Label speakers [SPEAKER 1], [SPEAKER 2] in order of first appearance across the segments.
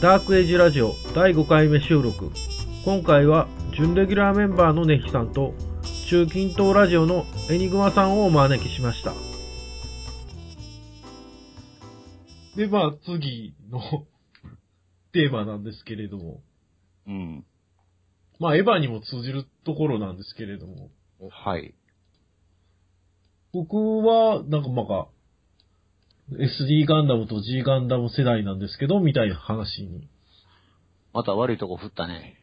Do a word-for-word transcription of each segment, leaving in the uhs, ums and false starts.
[SPEAKER 1] ダークエイジラジオだいごかいめ収録。今回は準レギュラーメンバーのネヒさんと中近東ラジオのエニグマさんをお招きしました。で、まあ次のテーマなんですけれども、
[SPEAKER 2] うん。
[SPEAKER 1] まあエヴァにも通じるところなんですけれども、
[SPEAKER 2] はい。
[SPEAKER 1] 僕はなんかまあ エスディー ガンダムと G ガンダム世代なんですけど、みたいな話に。
[SPEAKER 2] また悪いとこ振ったね。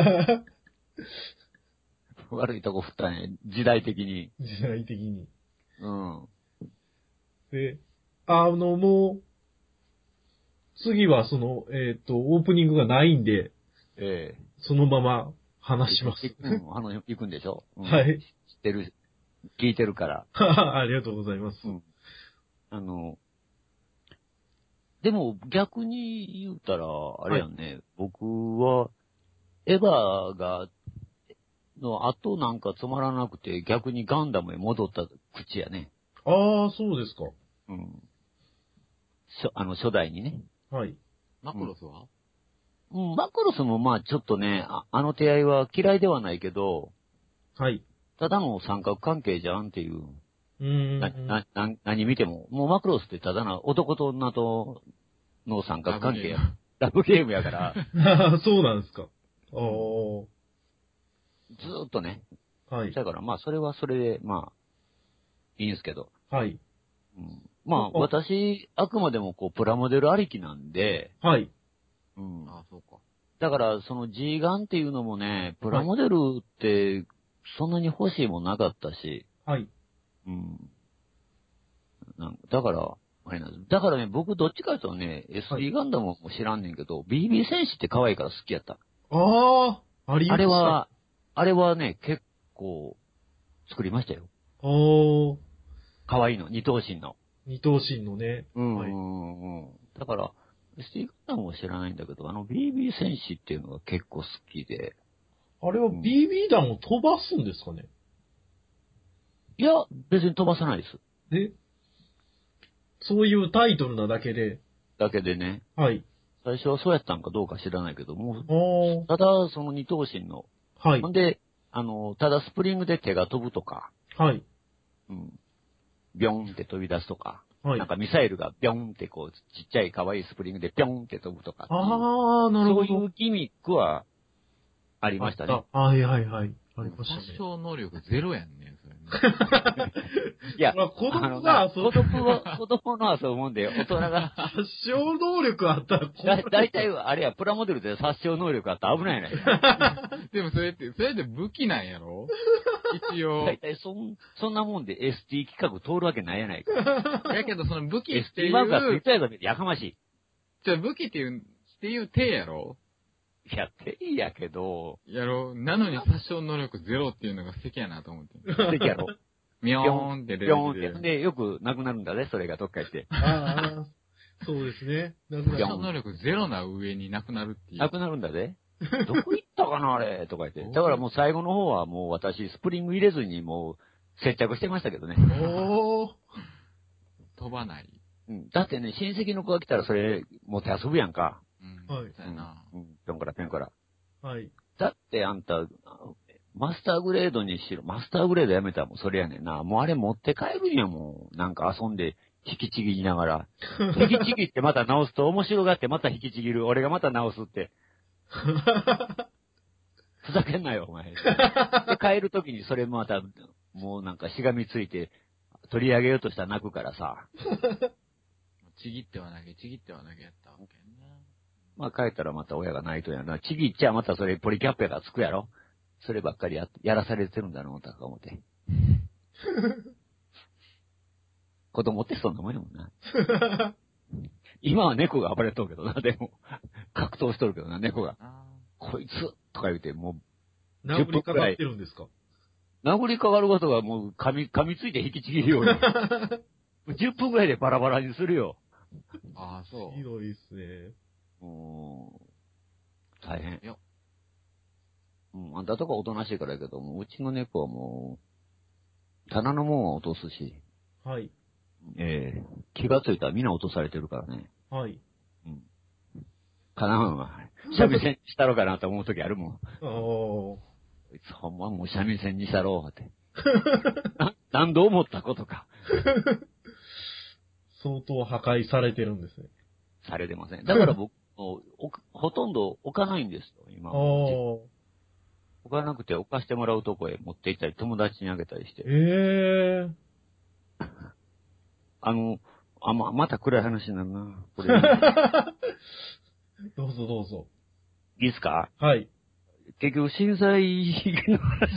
[SPEAKER 2] 悪いとこ振ったね。時代的に。
[SPEAKER 1] 時代的に。
[SPEAKER 2] うん。
[SPEAKER 1] で、あの、もう、次はその、えっと、オープニングがないんで、
[SPEAKER 2] ええ
[SPEAKER 1] そのまま話します。
[SPEAKER 2] うん、あの、行くんでしょ、うん、
[SPEAKER 1] はい。
[SPEAKER 2] 知ってる、聞いてるから。
[SPEAKER 1] ありがとうございます。
[SPEAKER 2] うん。あの、でも逆に言うたら、あれやんね、はい、僕は、エヴァが、の後なんかつまらなくて、逆にガンダムへ戻った口やね。
[SPEAKER 1] ああ、そうですか。
[SPEAKER 2] うん。しょ、あの、初代にね。
[SPEAKER 1] はい。
[SPEAKER 3] マクロスは、
[SPEAKER 2] うん、うん、マクロスもまあちょっとね、あ、あの手合いは嫌いではないけど、
[SPEAKER 1] はい。
[SPEAKER 2] ただの三角関係じゃんっていう。
[SPEAKER 1] うーん。
[SPEAKER 2] な、な、な、何見ても。もうマクロスってただの男と女との三角関係や。ラブゲームやから。
[SPEAKER 1] そうなんですか。ああ、
[SPEAKER 2] うん。ずーっとね。
[SPEAKER 1] はい。
[SPEAKER 2] だからまあそれはそれで、まあ、いいんですけど。
[SPEAKER 1] はい。
[SPEAKER 2] うん、まあ私、あくまでもこうプラモデルありきなんで。
[SPEAKER 1] はい。
[SPEAKER 2] うん。
[SPEAKER 3] ああ、そうか。
[SPEAKER 2] だからその G ガンっていうのもね、プラモデルってそんなに欲しいもんなかったし。
[SPEAKER 1] はい。
[SPEAKER 2] うん。なんだから、あれなんです。だからね、僕どっちかというとね、エスディー ガンダムも知らんねんけど、ビービー 戦士って可愛いから好きやった。
[SPEAKER 1] ああ、ありました。
[SPEAKER 2] あれは、あれはね、結構、作りましたよ。
[SPEAKER 1] おー。
[SPEAKER 2] 可愛いの、二頭身の。
[SPEAKER 1] 二頭身のね。
[SPEAKER 2] うん、
[SPEAKER 1] はい。
[SPEAKER 2] うんうん。だから、エスディー ガンダムも知らないんだけど、あの ビービー 戦士っていうのが結構好きで。
[SPEAKER 1] あれは ビービー 弾を飛ばすんですかね、
[SPEAKER 2] うん、いや、別に飛ばさないです。
[SPEAKER 1] えそういうタイトルなだけで。
[SPEAKER 2] だけでね。
[SPEAKER 1] はい。
[SPEAKER 2] 最初はそうやったんかどうか知らないけど、も
[SPEAKER 1] お
[SPEAKER 2] う、ただその二頭身の。
[SPEAKER 1] はい。
[SPEAKER 2] ほんで、あの、ただスプリングで手が飛ぶとか。
[SPEAKER 1] はい。
[SPEAKER 2] うん。ビョンって飛び出すとか。
[SPEAKER 1] はい。
[SPEAKER 2] なんかミサイルがビョンってこう、ちっちゃい可愛いスプリングでビョンって飛ぶとかっていう。
[SPEAKER 1] ああ、なるほど。
[SPEAKER 2] そういうギミックはありましたね。
[SPEAKER 1] あはいはいはい。ありましたね。
[SPEAKER 3] 殺傷能力ゼロやんね、それね。
[SPEAKER 2] いや、
[SPEAKER 1] まあ、子供
[SPEAKER 2] が
[SPEAKER 1] が遊ぶ。
[SPEAKER 2] 子供は、子供の遊ぶもんで、大人が。
[SPEAKER 1] 殺傷能力あったら
[SPEAKER 2] だ、だいたい、あれや、プラモデルで殺傷能力あったら危ないね。
[SPEAKER 3] でもそれって、それって武器なんやろ一応。
[SPEAKER 2] だいたいそん、そんなもんで エスティー 企画通るわけないやないか。
[SPEAKER 3] やけどその武器っていう。
[SPEAKER 2] エスティー マークがついたやつやかましい。
[SPEAKER 3] じゃあ武器っていう、っていう手やろ
[SPEAKER 2] いやっていいやけど。
[SPEAKER 3] やろなのに殺傷能力ゼロっていうのが素敵やなと思って。
[SPEAKER 2] 素敵やろ。
[SPEAKER 3] ミョーンって出てきて。
[SPEAKER 2] ピョーンって。で、よくなくなるんだね、それがどっか行って。
[SPEAKER 1] ああ、そうですね。
[SPEAKER 3] 殺傷能力ゼロな上になくなるっていう。
[SPEAKER 2] なくなるんだぜ。どこ行ったかな、あれ、とか言って。だからもう最後の方はもう私、スプリング入れずにもう接着してましたけどね。
[SPEAKER 1] おー。
[SPEAKER 3] 飛ばない。
[SPEAKER 2] うん。だってね、親戚の子が来たらそれ持って遊ぶやんか。
[SPEAKER 3] うん。
[SPEAKER 1] はい。
[SPEAKER 3] そうやな。
[SPEAKER 2] うん。ぴょんからぴょんから。
[SPEAKER 1] はい。
[SPEAKER 2] だってあんた、マスターグレードにしろ、マスターグレードやめたらもうそれやねんな。もうあれ持って帰るんやもん。なんか遊んで、引きちぎりながら。引きちぎってまた直すと面白がってまた引きちぎる。俺がまた直すって。ふざけんなよ、お前。で、帰るときにそれまた、もうなんかしがみついて、取り上げようとしたら泣くからさ。
[SPEAKER 3] ちぎってはなげ、ちぎってはなげやったわけやな。
[SPEAKER 2] まあ帰ったらまた親が泣いとんやな。ちぎっちゃまたそれポリキャップやからつくやろ。そればっかりや、やらされてるんだろうとか思って。子供ってそんなもんやもんな。今は猫が暴れとるけどな、でも。格闘しとるけどな、猫が。こいつとか言うて、もう、
[SPEAKER 1] 殴りかかってるんですか？
[SPEAKER 2] 殴りかかることがもう噛み、噛みついて引きちぎるように。じゅっぷんぐらいでバラバラにするよ。
[SPEAKER 3] ああ、そう。
[SPEAKER 1] ひどいっすね。
[SPEAKER 2] うーん。大変。
[SPEAKER 3] いや。
[SPEAKER 2] うん、あんたとかおとなしいからやけども、うちの猫はもう、棚のもんは落とすし。
[SPEAKER 1] はい。
[SPEAKER 2] ええー、気がついたらみんな落とされてるからね。
[SPEAKER 1] はい。
[SPEAKER 2] うん。 かな。三味線にしたろうかなと思うときあるもん。
[SPEAKER 1] ああ。
[SPEAKER 2] こいつほんまもう三味線にしたろうって。な、何度思ったことか。
[SPEAKER 1] 相当破壊されてるんですね。
[SPEAKER 2] されてません。だから僕、もうほとんど置かないんですよ、今も。置かなくて置かしてもらうとこへ持って行ったり、友達にあげたりして。
[SPEAKER 1] ええー。
[SPEAKER 2] あの、あ、ま、また暗い話になるな。これ。
[SPEAKER 1] どうぞどうぞ。
[SPEAKER 2] いいですか？
[SPEAKER 1] はい。
[SPEAKER 2] 結局、震災の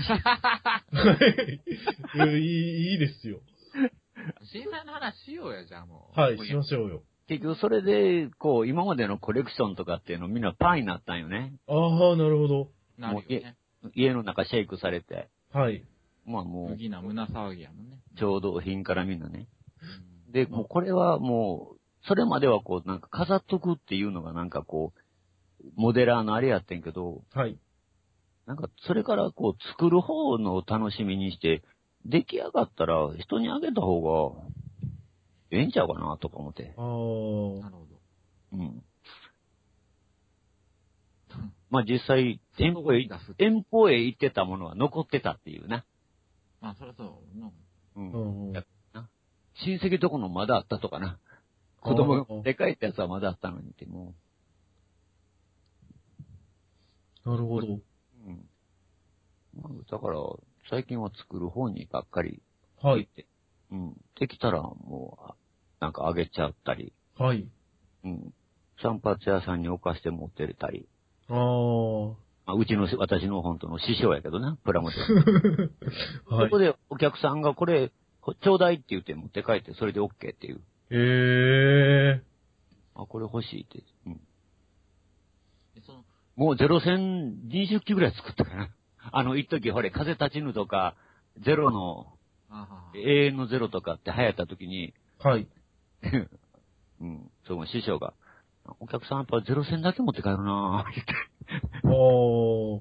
[SPEAKER 1] 話。いい、いいですよ。
[SPEAKER 3] 震災の話しようや、じゃあも
[SPEAKER 1] う。はい、しましょうよ。
[SPEAKER 2] 結局、それで、こう、今までのコレクションとかっていうのみんなパーになったんよね。
[SPEAKER 1] ああ、なるほど。
[SPEAKER 3] なるよね。
[SPEAKER 2] 家の中シェイクされて。
[SPEAKER 1] はい。
[SPEAKER 2] まあもう。
[SPEAKER 3] 麦な胸騒ぎやもんね。
[SPEAKER 2] ちょうど品からみんなね。うん、で、もうこれはもう、それまではこう、なんか飾っとくっていうのがなんかこう、モデラーのあれやってんけど。
[SPEAKER 1] はい。
[SPEAKER 2] なんか、それからこう、作る方の楽しみにして、出来上がったら人にあげた方が、ええんちゃうかなとか思って。
[SPEAKER 1] ああ。
[SPEAKER 3] なるほど。
[SPEAKER 2] うん。まあ実際、店舗へ、店舗へ行ってたものは残ってたっていうな。
[SPEAKER 3] まあ、そりゃそうの。
[SPEAKER 2] うん。
[SPEAKER 1] うん、
[SPEAKER 2] な親戚とこのまだあったとかな。子供がでかいってやつはまだあったのにっても
[SPEAKER 1] う。なるほど。
[SPEAKER 2] うん。まあ、だから、最近は作る方にばっかり
[SPEAKER 1] はい。
[SPEAKER 2] うん。できたらもう、なんかあげちゃったり。
[SPEAKER 1] はい。
[SPEAKER 2] うん。散髪屋さんに置かして持ってたり。
[SPEAKER 1] ああ。
[SPEAKER 2] まあ、うちの、私の本当の師匠やけどな、プラモデル。はい。そこでお客さんがこれ、ちょうだいって言って持って帰って、それで OK っていう。
[SPEAKER 1] へえー。
[SPEAKER 2] あ、これ欲しいって。うん。
[SPEAKER 3] その
[SPEAKER 2] もうゼロ戦にじゅっきぐらい作ったかな。あの、一時ほれ、風立ちぬとか、ゼロの、永遠のゼロとかって流行った時に、
[SPEAKER 1] はい。
[SPEAKER 2] うん、その師匠が、お客さんやっぱゼロ戦だけ持って帰るなぁ、言って。
[SPEAKER 1] おー。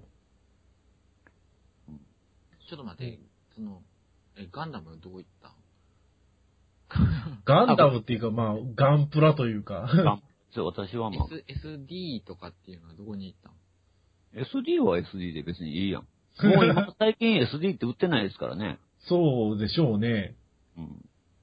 [SPEAKER 3] ちょっと待って、その、え、ガンダムどこ行った
[SPEAKER 1] ガンダムっていうか、まあ、ガンプラというか。
[SPEAKER 2] ガンそう、私はまあ。
[SPEAKER 3] S、エスディー とかっていうのはどこに行ったん
[SPEAKER 2] エスディー は エスディー で別にいいやん。もう今、最近 エスディー って売ってないですからね。
[SPEAKER 1] そうでしょうね。
[SPEAKER 2] うん。やっ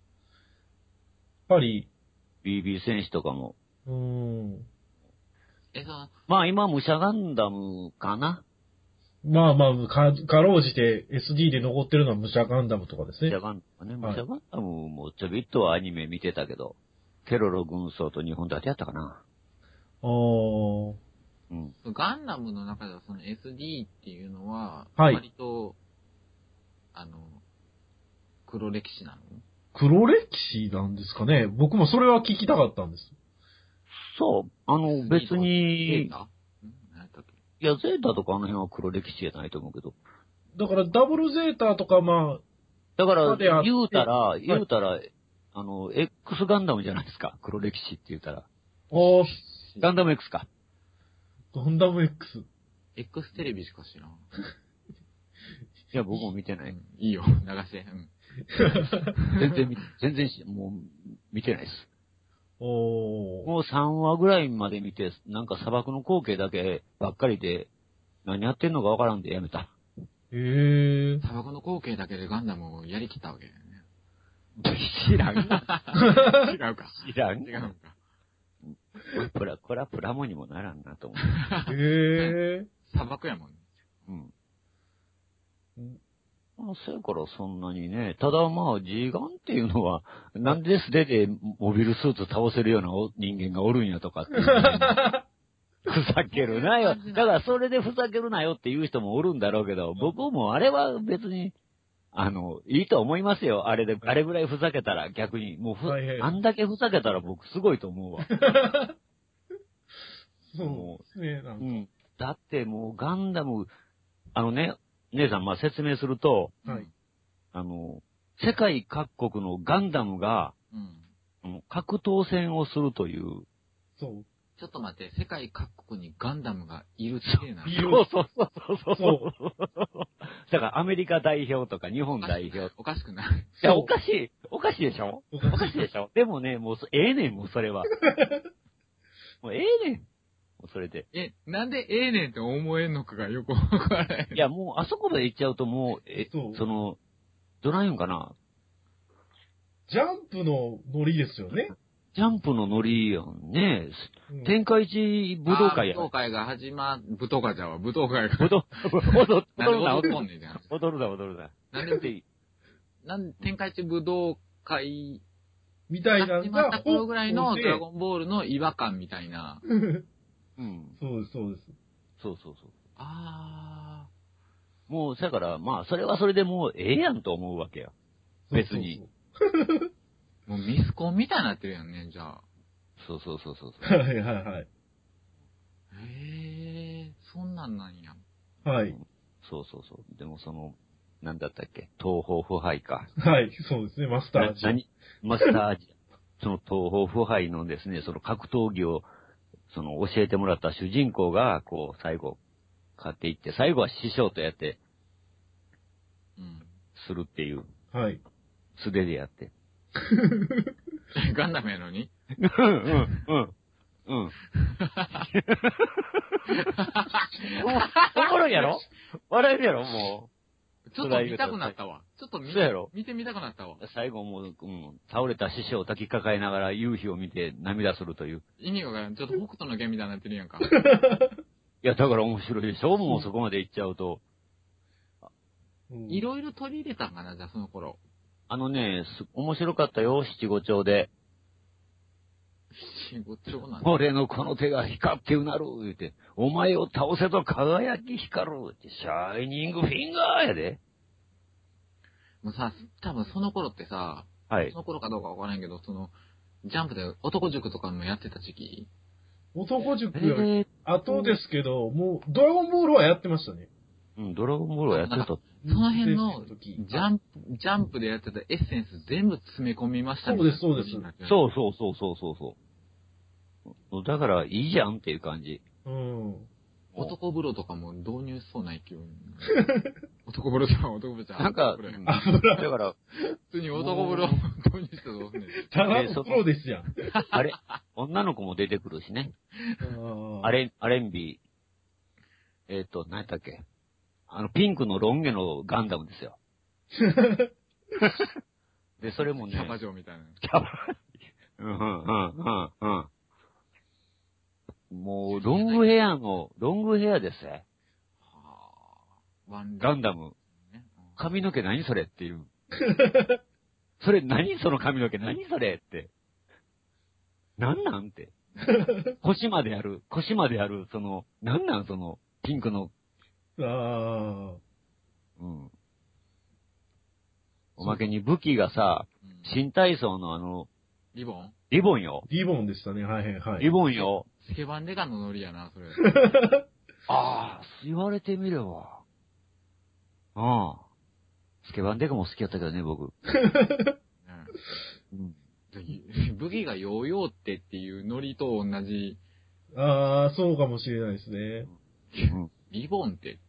[SPEAKER 1] ぱり。
[SPEAKER 2] ビービー 戦士とかも。
[SPEAKER 1] うーん。
[SPEAKER 2] え、そう。まあ今、武者ガンダムかな。
[SPEAKER 1] まあまあ、か、かろうじて エスディー で残ってるのは武者ガンダムとかですね。
[SPEAKER 2] 武者ガンダムね。武者ガンダムもちょびっとアニメ見てたけど、ケロロ軍曹と日本立てやったかな。
[SPEAKER 1] あー。
[SPEAKER 3] うん。ガンダムの中ではその エスディー っていうのは、
[SPEAKER 1] はい。
[SPEAKER 3] 割と、あの、黒歴史なの
[SPEAKER 1] 黒歴史なんですかね。僕もそれは聞きたかったんです。
[SPEAKER 2] そう。あの、別に、
[SPEAKER 3] ゼータん何やったっけ
[SPEAKER 2] いや、ゼータとかあの辺は黒歴史じゃないと思うけど。
[SPEAKER 1] だから、ダブルゼータとか、まあ、
[SPEAKER 2] だから、言うたら、言うたら、はい、あの、X ガンダムじゃないですか。黒歴史って言うたら。
[SPEAKER 1] おー。
[SPEAKER 2] ガンダム X か。
[SPEAKER 1] ガンダム X。
[SPEAKER 3] X テレビしか知らん。い
[SPEAKER 2] や、僕も見てない。
[SPEAKER 3] うん、いいよ、流して。うん、
[SPEAKER 2] 全然見、全然もう、見てないです。
[SPEAKER 1] おー。
[SPEAKER 2] もうさんわぐらいまで見て、なんか砂漠の光景だけばっかりで、何やってんのかわからんでやめた。
[SPEAKER 1] へー。
[SPEAKER 3] 砂漠の光景だけでガンダムをやりきったわけだよね。
[SPEAKER 2] 知らん。
[SPEAKER 3] 違うか。
[SPEAKER 2] 知らん。
[SPEAKER 3] 違うか。
[SPEAKER 2] プラ、これはプラモにもならんなと思
[SPEAKER 1] う。へー。
[SPEAKER 3] 砂漠やもんね。
[SPEAKER 2] うん。まあ、そやからそんなにね、ただまあ G ガンっていうのは、なんで素手でモビルスーツ倒せるような人間がおるんやとかっていう、ね。ふざけるなよ。だからそれでふざけるなよっていう人もおるんだろうけど、僕もあれは別に、あの、いいと思いますよ。あれで、あれぐらいふざけたら逆に。もうふ、はいはい、あんだけふざけたら僕すごいと思うわ。
[SPEAKER 1] そうですね、なんか。うん。
[SPEAKER 2] だってもうガンダム、あのね、姉さん、まあ、説明すると、
[SPEAKER 1] はい。
[SPEAKER 2] あの、世界各国のガンダムが、うん、格闘戦をするという。
[SPEAKER 1] そう。
[SPEAKER 3] ちょっと待って、世界各国にガンダムがいるっていうのは。
[SPEAKER 2] そうそうそうそうそう。だからアメリカ代表とか日本代表。
[SPEAKER 3] おかしくない。
[SPEAKER 2] いや、おかしい。おかしいでしょおかしいでしょでもね、もう、ええねん、もうそれは。もうええねん。 それで。
[SPEAKER 3] え、なんでええねんって思えんのかがよくわからない。
[SPEAKER 2] いや、もう、あそこまで行っちゃうともう、え、
[SPEAKER 1] そう
[SPEAKER 2] その、どない言うんかな。
[SPEAKER 1] ジャンプのノリですよね。
[SPEAKER 2] ジャンプのノリやんね。
[SPEAKER 1] うん
[SPEAKER 2] 天下一武道会や。
[SPEAKER 3] あー武道会が始ま、武道会じゃわ、武道会が。
[SPEAKER 2] 武道、踊
[SPEAKER 3] なんで
[SPEAKER 2] るな、
[SPEAKER 3] 踊っとんねんじゃん。
[SPEAKER 2] 踊るな、踊るな。
[SPEAKER 3] なんで、なん天下一武道会
[SPEAKER 1] みたいなのが、
[SPEAKER 3] 始まった頃ぐらいの
[SPEAKER 1] で
[SPEAKER 3] ドラゴンボールの違和感みたいな。
[SPEAKER 2] うん。
[SPEAKER 1] そうです、そうです。
[SPEAKER 2] そうそうそう。
[SPEAKER 3] あ
[SPEAKER 2] もう、だから、まあ、それはそれでもう、ええやんと思うわけよ。別に
[SPEAKER 1] そうそう
[SPEAKER 3] ー。もうミスコンみたいになってるやんね、じゃあ。
[SPEAKER 2] そうそうそうそう。
[SPEAKER 1] そう。はいはいはい。
[SPEAKER 3] へえ、そんなんなんや。
[SPEAKER 1] はい。
[SPEAKER 2] そうそうそう。でもその、なんだったっけ東方腐敗か。
[SPEAKER 1] はい、そうですね、マスター
[SPEAKER 2] な、
[SPEAKER 1] ジ。
[SPEAKER 2] 何マスタージ。その東方腐敗のですね、その格闘技を、その教えてもらった主人公が、こう、最後、買っていって、最後は師匠とやって、
[SPEAKER 3] うん。
[SPEAKER 2] するっていう、
[SPEAKER 1] はい。
[SPEAKER 2] 素手でやって。
[SPEAKER 3] ガンダムやのに
[SPEAKER 2] うん、うん、うん。うん。おもろいやろ笑えるやろも
[SPEAKER 3] ちょっと見たくなったわ。ちょっと見て
[SPEAKER 2] そうやろ
[SPEAKER 3] 見てみたくなったわ。
[SPEAKER 2] う。最後もう、うん、倒れた師匠を抱きかかえながら夕日を見て涙するという。
[SPEAKER 3] 意味がわからん。ちょっと北斗の剣みたいになってるやんか。
[SPEAKER 2] いや、だから面白いでしょもうそこまで行っちゃうと。
[SPEAKER 1] うん
[SPEAKER 3] いろいろ取り入れたんかな、じゃあその頃。
[SPEAKER 2] あのね、す面白かったよ、七五調で。
[SPEAKER 3] 仕事なんだ。
[SPEAKER 2] 俺のこの手が光ってうなる、言うて。お前を倒せと輝き光る、って。シャイニングフィンガーやで。
[SPEAKER 3] もうさ、多分その頃ってさ、
[SPEAKER 2] はい
[SPEAKER 3] そ。の頃かどうかわからんけど、その、ジャンプで男塾とかもやってた時期。
[SPEAKER 1] 男塾
[SPEAKER 2] え
[SPEAKER 1] より
[SPEAKER 2] ー、
[SPEAKER 1] 後ですけど、もう、ドラゴンボールはやってましたね。
[SPEAKER 2] うん、ドラゴンボールはやってた。
[SPEAKER 3] その辺の、
[SPEAKER 1] 時
[SPEAKER 3] ジャンプ、ジャンプでやってたエッセンス全部詰め込みました
[SPEAKER 1] そうですそうです
[SPEAKER 3] う。
[SPEAKER 2] そうそうそうそうそうそう。だから、いいじゃんっていう感じ。
[SPEAKER 1] うん。
[SPEAKER 3] 男風呂とかも導入しそうな勢い。男風呂じゃん、男風呂じゃん。
[SPEAKER 2] なんか、
[SPEAKER 3] これ
[SPEAKER 2] うん
[SPEAKER 1] 油。
[SPEAKER 2] だから、
[SPEAKER 3] 普通に男風呂導入したらどうすんねん。
[SPEAKER 1] ただのプロですやん。
[SPEAKER 2] あれ、女の子も出てくるしね。
[SPEAKER 1] あ
[SPEAKER 2] アレン、アレンビー、えっ、と、何やったっけあの、ピンクのロン毛のガンダムですよ。で、それもね、
[SPEAKER 3] キャバ嬢みたいな。
[SPEAKER 2] キャバうん、うん、うん、うん、うん。もう、ロングヘアの、ロングヘアですね。
[SPEAKER 3] はぁ。ワン
[SPEAKER 2] ガンダム。
[SPEAKER 3] ね。
[SPEAKER 2] 髪の毛何それっていう。それ何その髪の毛何それって。なんなんって。腰まである、腰まである、その、なんなんその、ピンクの、
[SPEAKER 1] あ。ああ。
[SPEAKER 2] うん。おまけに武器がさ、
[SPEAKER 3] うん
[SPEAKER 2] 新体操のあの、
[SPEAKER 3] リボン
[SPEAKER 2] リボンよ。
[SPEAKER 1] リボンでしたね、はいはいはい。
[SPEAKER 2] リボンよ。
[SPEAKER 3] スケバンデカのノリやな、それ。
[SPEAKER 2] ああ、言われてみれば。ああ。スケバンデカも好きやったけどね、僕。うん。
[SPEAKER 3] で武器がヨーヨーってっていうノリと同じ、
[SPEAKER 1] ああ、そうかもしれないですね。
[SPEAKER 2] うん。
[SPEAKER 3] リボンって。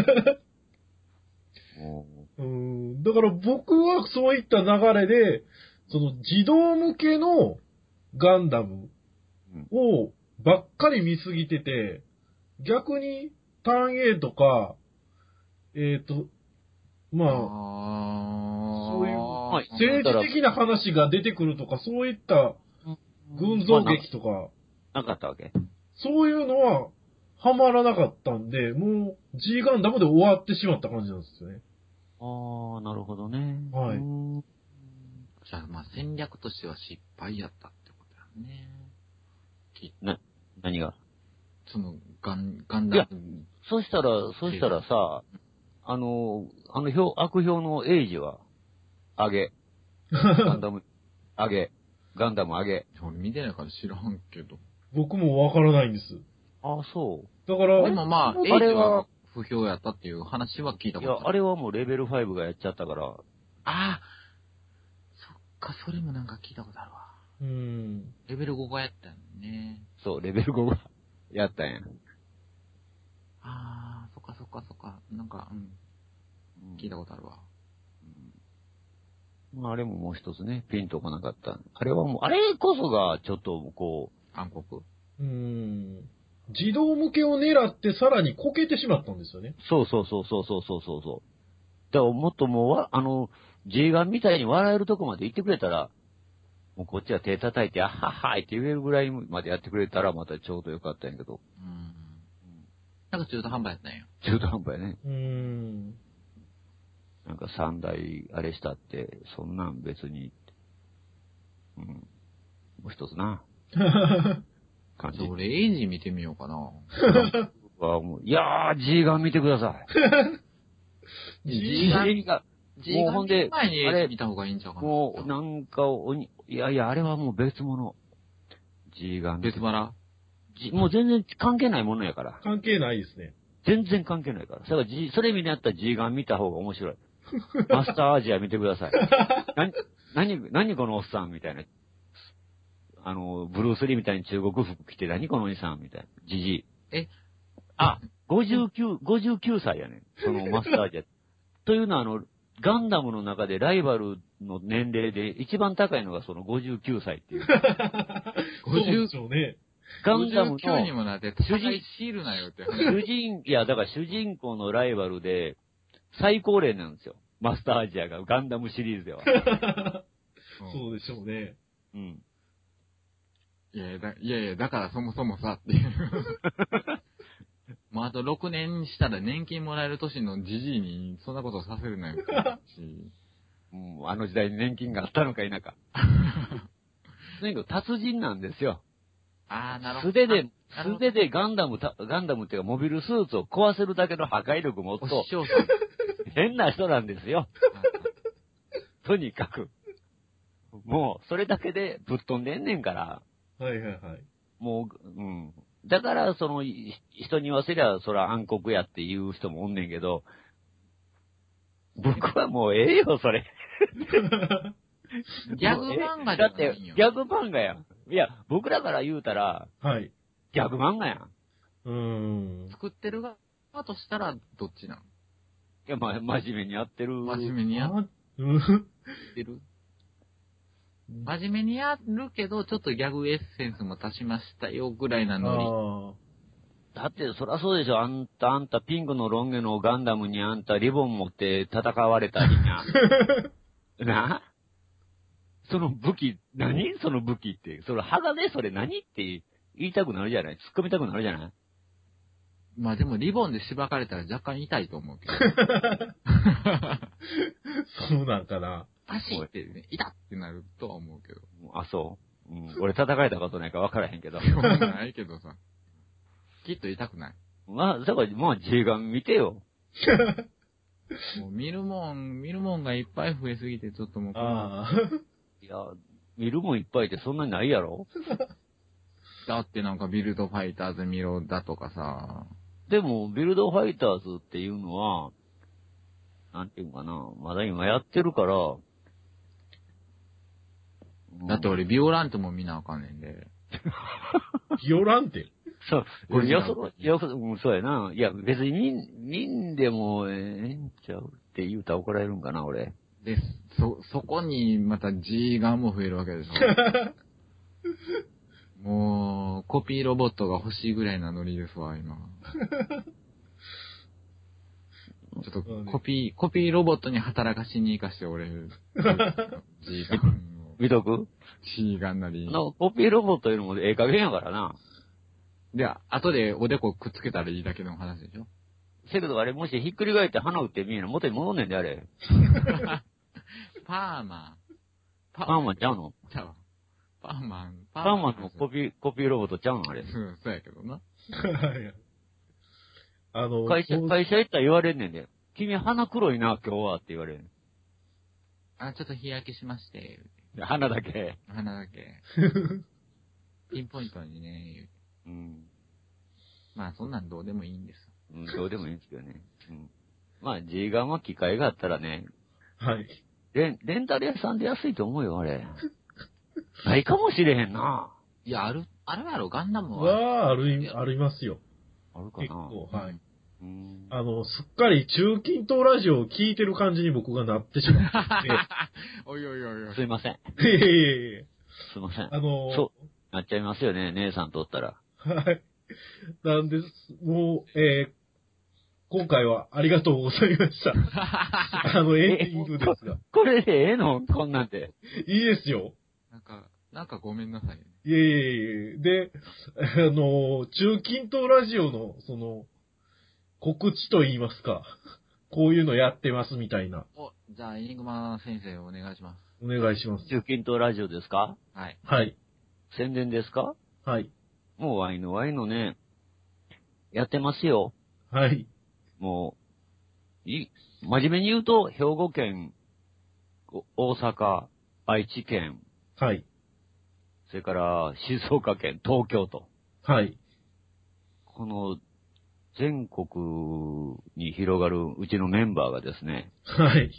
[SPEAKER 2] も
[SPEAKER 1] うん。だから僕はそういった流れで、その児童向けのガンダムをばっかり見すぎてて、逆にターン A とか、えっ、と、まあ、
[SPEAKER 3] あ
[SPEAKER 1] そういう
[SPEAKER 2] まあ
[SPEAKER 1] 政治的な話が出てくるとか、そういった群像劇とか、
[SPEAKER 2] なかったわけ。
[SPEAKER 1] そういうのはハマらなかったんで、もう G ガンダムで終わってしまった感じなんですよね。
[SPEAKER 2] ああ、なるほどね。
[SPEAKER 1] はい
[SPEAKER 2] うん
[SPEAKER 3] じゃあ、まあ戦略としては失敗やったってことだね。き
[SPEAKER 2] な、何が
[SPEAKER 3] その、ガン、ガンダム。
[SPEAKER 2] そしたら、そしたらさ、あの、あの表、悪評のエイジは、上げ。ガンダム、上げ。ガンダム上げ。
[SPEAKER 3] 俺見てないから知らんけど。
[SPEAKER 1] 僕もわからないんです。
[SPEAKER 2] ああ、そう。
[SPEAKER 1] だから、
[SPEAKER 3] でもまあ、
[SPEAKER 1] その
[SPEAKER 3] エイジ
[SPEAKER 2] あれは
[SPEAKER 3] は不評やったっていう話は聞いた
[SPEAKER 2] いや、
[SPEAKER 3] ことある。
[SPEAKER 2] あれはもうレベルファイブがやっちゃったから、
[SPEAKER 3] ああ、そっか、それもなんか聞いたことあるわ。
[SPEAKER 1] うん。
[SPEAKER 3] レベルごがやったよね。
[SPEAKER 2] そう、レベルごがやったんや。
[SPEAKER 3] ああ、そっかそっかそっか。なんか、うん、聞いたことあるわ。
[SPEAKER 2] まあ、あれももう一つね、ピンとこなかった。あれはもう、あれこそが、ちょっと、こう、
[SPEAKER 3] 暗黒。
[SPEAKER 1] うん。 児童向けを狙ってさらにこけてしまったんですよね。
[SPEAKER 2] そうそうそうそうそうそうそうそう。だからもっともうわ、あの、G ガンみたいに笑えるとこまで行ってくれたら、もうこっちは手叩いて、あははーいって言えるぐらいまでやってくれたらまたちょうどよかったんやけど。
[SPEAKER 3] うん。なんか中途半端やったんや。
[SPEAKER 2] 中途半端やね。
[SPEAKER 1] うーん。
[SPEAKER 2] なんか三台あれしたって、そんなん別に、うん。もう一つな。感じ。
[SPEAKER 3] 俺、エイジ見てみようかな。
[SPEAKER 2] はもういやー、G ガン見てください。G ガンが、もうほんで、
[SPEAKER 3] 前に
[SPEAKER 2] あれ、
[SPEAKER 3] 見た方がいいんちゃうかな。
[SPEAKER 2] もうなんかおに、いやいや、あれはもう別物。G ガン。
[SPEAKER 3] 別腹
[SPEAKER 2] もう全然関係ないものやから。
[SPEAKER 1] 関係ないですね。
[SPEAKER 2] 全然関係ないから。それから G、それ見にあったら G ガン見た方が面白い。マスターアジア見てください。な、何、何このおっさんみたいな。あの、ブルース・リーみたいに中国服着て何このおじさんみたいな。ジジイ。
[SPEAKER 3] え
[SPEAKER 2] あ、ごじゅうきゅう、ごじゅうきゅうさいやねん。そのマスターアジア。というのはあの、ガンダムの中でライバルの年齢で一番高いのがそのごじゅうきゅうさいっていう。
[SPEAKER 1] ごじゅうでしょうね。
[SPEAKER 2] ガンダムの
[SPEAKER 3] ごじゅうきゅうにもなって戦いシールなよって話。
[SPEAKER 2] 主人、いや、だから主人公のライバルで、最高齢なんですよ。マスターアジアが、ガンダムシリーズでは。
[SPEAKER 1] そうでしょうね。
[SPEAKER 2] うん。
[SPEAKER 3] いやいや、だいやいや、だからそもそもさっていう。もうあとろくねんしたら年金もらえる年のじじいにそんなことさせるなよってし。
[SPEAKER 2] うん、あの時代に年金があったのか否か。とにかく達人なんですよ。
[SPEAKER 3] ああ、なるほど。
[SPEAKER 2] 素手で、素手でガンダムた、ガンダムっていうかモビルスーツを壊せるだけの破壊力持っと、
[SPEAKER 3] お師匠さん。
[SPEAKER 2] 変な人なんですよ。とにかく。もう、それだけでぶっ飛んでんねんから。
[SPEAKER 1] はいはいはい。
[SPEAKER 2] もう、うん。だから、その、い人に言わせりゃ、そら暗黒やって言う人もおんねんけど、僕はもうええよ、それ。
[SPEAKER 3] ギャグ漫画じ
[SPEAKER 2] だって
[SPEAKER 3] ゃないよ。
[SPEAKER 2] ギャグ漫画やん。いや、僕らから言うたら、
[SPEAKER 1] はい。
[SPEAKER 2] ギャグ漫画やん。
[SPEAKER 1] うーん。
[SPEAKER 3] 作ってる側としたらどっちなの？
[SPEAKER 2] いや、まあ、真面目にやってる。
[SPEAKER 3] 真面目にやっ
[SPEAKER 1] あうん
[SPEAKER 3] てる。真面目にやるけど、ちょっとギャグエッセンスも足しましたよぐらいなの
[SPEAKER 2] だって、そらそうでしょ。あんた、あんた、ピンクのロン毛のガンダムにあんた、リボン持って戦われたりな。なその武器、何その武器って。それ、鋼それ何って言いたくなるじゃない突っ込みたくなるじゃない
[SPEAKER 3] に。まあでもリボンでしばかれたら若干痛いと思うけど。
[SPEAKER 1] そうなんかな。
[SPEAKER 3] パシってね、痛ってなるとは思うけど。
[SPEAKER 2] あ、そう。うん、俺叩かれたことないから分からへんけど。
[SPEAKER 3] そうないけどさ。きっと痛くない。
[SPEAKER 2] まあ、だから、まあ、G ガン見てよ。
[SPEAKER 3] もう見るもん、見るもんがいっぱい増えすぎてちょっともうこの、
[SPEAKER 1] ああ。
[SPEAKER 2] いや、見るもんいっぱいってそんなにないやろ
[SPEAKER 3] だってなんかビルドファイターズ見ろだとかさ。
[SPEAKER 2] でも、ビルドファイターズっていうのは、なんていうかな、まだ今やってるから、
[SPEAKER 3] だって俺ビオランテも見なあかんねんで。
[SPEAKER 1] ビオランテ
[SPEAKER 2] そう、これよそ、よそ、うん、そうやな。いや、別に見ん、見んでもええんちゃうって言うたら怒られるんかな、俺。
[SPEAKER 3] で、そ、そこにまた G ガンも増えるわけでしょ。もう、コピーロボットが欲しいぐらいなノリですわ、今。ちょっと、コピー、コピーロボットに働かしに行かして、俺、G ガンを。
[SPEAKER 2] 見とく
[SPEAKER 3] G ガンなり。
[SPEAKER 2] の、コピーロボットよりもええ加減やからな。
[SPEAKER 3] で、後でおでこくっつけたらいいだけの話でしょ。
[SPEAKER 2] せやけどあれ、もしひっくり返って鼻打ってみえな、元に戻んねんで、あれ。
[SPEAKER 3] パーマン。
[SPEAKER 2] パーマンちゃうの
[SPEAKER 3] ちゃう。パーマン。
[SPEAKER 2] パーマンのコピー、コピーロボットちゃうのあれ。
[SPEAKER 3] うん、そうやけどな。
[SPEAKER 1] あの、
[SPEAKER 2] 会社、会社行ったら言われんねんで。君鼻黒いな、今日はって言われる。
[SPEAKER 3] あ、ちょっと日焼けしまして。
[SPEAKER 2] 鼻だけ。
[SPEAKER 3] 鼻だけ。ピンポイントにね、
[SPEAKER 2] うん。
[SPEAKER 3] まあそんなんどうでもいいんです
[SPEAKER 2] うん、どうでもいいんですけどね。うん。まあ、G ガンは機会があったらね、
[SPEAKER 1] はい。
[SPEAKER 2] レン、レンタル屋さんで安いと思うよ、あれ。ないかもしれへんな。
[SPEAKER 3] いや、ある、あるやろ、ガンダムは。
[SPEAKER 1] は、ある、ありますよ。
[SPEAKER 2] あるかな。
[SPEAKER 1] 結構、はい。
[SPEAKER 2] うん。
[SPEAKER 1] あの、すっかり中近東ラジオを聞いてる感じに僕がなってしまって。
[SPEAKER 3] おいおいおいおい。
[SPEAKER 2] すいません。
[SPEAKER 1] いえいえいえ。
[SPEAKER 2] すいません。
[SPEAKER 1] あの、
[SPEAKER 2] そう、なっちゃいますよね、姉さんとおったら。
[SPEAKER 1] はい。 なんです。もう、えー、今回はありがとうございました。あの、エンディングですが。
[SPEAKER 2] これでええのこんなんで。
[SPEAKER 1] いいですよ。
[SPEAKER 3] なんか、なんかごめんなさいね。
[SPEAKER 1] いえいえいえ。で、あの、中近東ラジオの、その、告知と言いますか。こういうのやってますみたいな。
[SPEAKER 3] お、じゃあ、エニグマ先生お願いします。
[SPEAKER 1] お願いします。
[SPEAKER 2] 中近東ラジオですか？
[SPEAKER 3] はい。
[SPEAKER 1] はい。
[SPEAKER 2] 宣伝ですか？
[SPEAKER 1] はい。
[SPEAKER 2] もうワイのワイのね、やってますよ。
[SPEAKER 1] はい。
[SPEAKER 2] もう、い、真面目に言うと、兵庫県、お大阪、愛知県、
[SPEAKER 1] はい。
[SPEAKER 2] それから静岡県、東京都。
[SPEAKER 1] はい。
[SPEAKER 2] この全国に広がるうちのメンバーがですね、
[SPEAKER 1] はい。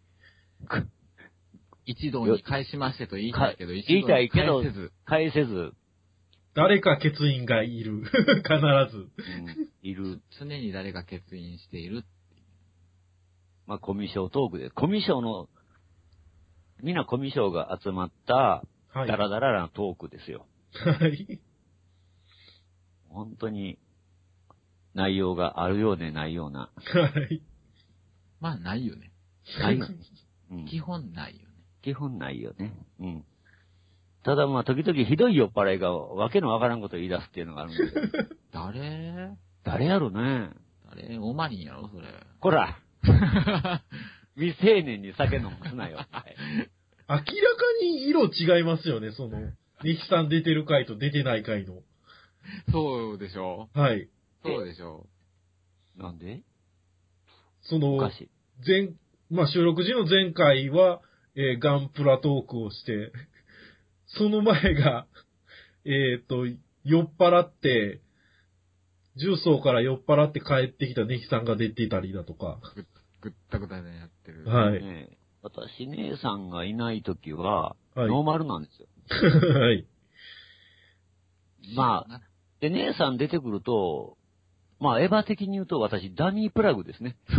[SPEAKER 3] 一堂に返しましてと言いたいけど、一
[SPEAKER 2] 言いたいけど
[SPEAKER 3] 堂に返せず。
[SPEAKER 2] 返せず、
[SPEAKER 1] 誰か欠員がいる。必ず。
[SPEAKER 2] うん、いる。
[SPEAKER 3] 常に誰が欠員している。
[SPEAKER 2] まあ、コミュ障トークで、コミュ障の、みんなコミュ障が集まった、
[SPEAKER 1] はい。
[SPEAKER 2] ダラダラなトークですよ。
[SPEAKER 1] はい。
[SPEAKER 2] 本当に、内容があるようでないような。
[SPEAKER 1] はい。
[SPEAKER 3] まあ、ないよね。
[SPEAKER 2] ないよね。うん、
[SPEAKER 3] 基本ないよね。
[SPEAKER 2] 基本ないよね。うん。ただまあ、時々ひどい酔っ払いがわけのわからんことを言い出すっていうのがあるんですよ。
[SPEAKER 3] 誰
[SPEAKER 2] 誰やろね。
[SPEAKER 3] 誰オマリンやろそれ。
[SPEAKER 2] こら未成年に酒飲ますなよ。
[SPEAKER 1] 明らかに色違いますよね、その、ニキさん出てる回と出てない回の。
[SPEAKER 3] そうでしょ
[SPEAKER 1] はい。
[SPEAKER 3] そうでしょ
[SPEAKER 2] なんで
[SPEAKER 1] その
[SPEAKER 2] おかしい。
[SPEAKER 1] 前、まあ、収録時の前回は、えーガンプラトークをして、その前が、えっ、と、酔っ払って、重曹から酔っ払って帰ってきたネヒさんが出てたりだとか。
[SPEAKER 3] ぐったぐたでやってる。
[SPEAKER 1] はい。
[SPEAKER 2] ねえ、私姉さんがいないときは、
[SPEAKER 1] はい
[SPEAKER 2] ノーマルなんですよ。
[SPEAKER 1] はい。
[SPEAKER 2] まあ、で、姉さん出てくると、まあ、エヴァ的に言うと私、ダミープラグですね。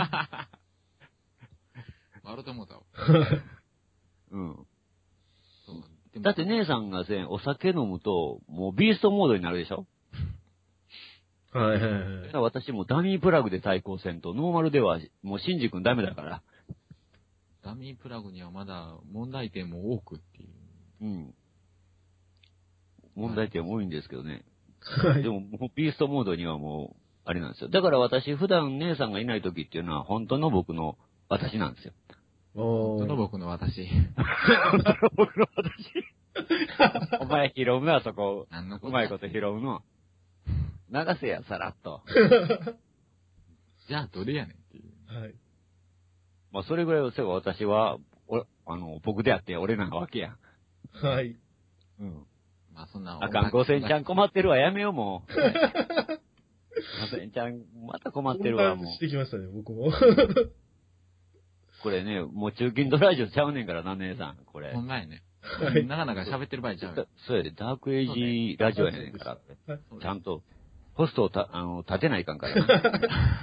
[SPEAKER 3] 笑ってもうたわ。
[SPEAKER 2] うん。
[SPEAKER 3] そうでも
[SPEAKER 2] だって姉さんがね、お酒飲むと、もうビーストモードになるでしょ？
[SPEAKER 1] はいはいはい
[SPEAKER 2] だから私もダミープラグで対抗せんと、ノーマルではもうシンジ君ダメだから。
[SPEAKER 3] ダミープラグにはまだ問題点も多くっていう。
[SPEAKER 2] うん。問題点多いんですけどね。
[SPEAKER 1] はい。
[SPEAKER 2] でも、もうビーストモードにはもう、あれなんですよ。だから私、普段姉さんがいない時っていうのは、本当の僕の私なんですよ。
[SPEAKER 1] お
[SPEAKER 3] 本当の僕の私。
[SPEAKER 2] 本当の僕の私。お前拾うな、そこ。
[SPEAKER 3] 何のこと
[SPEAKER 2] うまいこと拾うの。流せや、さらっと。
[SPEAKER 3] じゃあどれやねんっていう。
[SPEAKER 1] はい。
[SPEAKER 2] まあ、それぐらいをせば私は、お、あの、僕であって俺なわけや。
[SPEAKER 1] はい。
[SPEAKER 2] うん。
[SPEAKER 3] まあそんな。
[SPEAKER 2] あかん、ごせんちゃん困ってるわ、やめよう、もう。ごせんちゃん、また困ってるわ、も
[SPEAKER 1] 混乱してきましたね、僕も。
[SPEAKER 2] う。これね、もう中近東ラジオちゃうねんからな、姉さん、これ
[SPEAKER 3] ほ。んまやね。
[SPEAKER 1] はい
[SPEAKER 3] なかなか喋ってる場合ちゃうよ。
[SPEAKER 2] そうやで、ダークエイジラジオやねんから。
[SPEAKER 1] はい
[SPEAKER 2] ちゃんと、ホストをた、あの、立てないかんからな。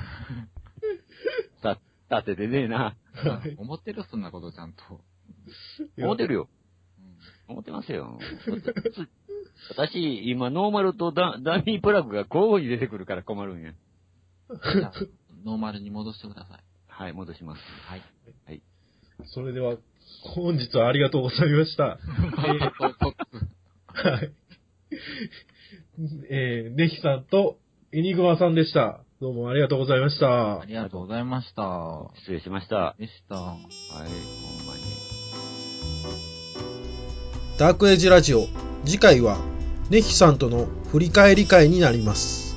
[SPEAKER 2] た、立ててねえな。
[SPEAKER 1] はい
[SPEAKER 3] 思ってるそんなことちゃんと。
[SPEAKER 2] 思ってるよ。
[SPEAKER 3] うん
[SPEAKER 2] 思ってますよ。私、今、ノーマルとダダミープラグが交互に出てくるから困るんや。
[SPEAKER 3] じゃあノーマルに戻してください。
[SPEAKER 2] はい、戻します。
[SPEAKER 3] はい。
[SPEAKER 2] はい。
[SPEAKER 1] それでは、本日はありがとうございました。はい。えー、ネヒさんとエニグマさんでした。どうもありがとうございました
[SPEAKER 3] あ。りがとうございました。
[SPEAKER 2] 失礼しました。
[SPEAKER 3] でした。
[SPEAKER 2] はい、ほんまに。
[SPEAKER 1] ダークエイジラジオ、次回はネヒさんとの振り返り会になります。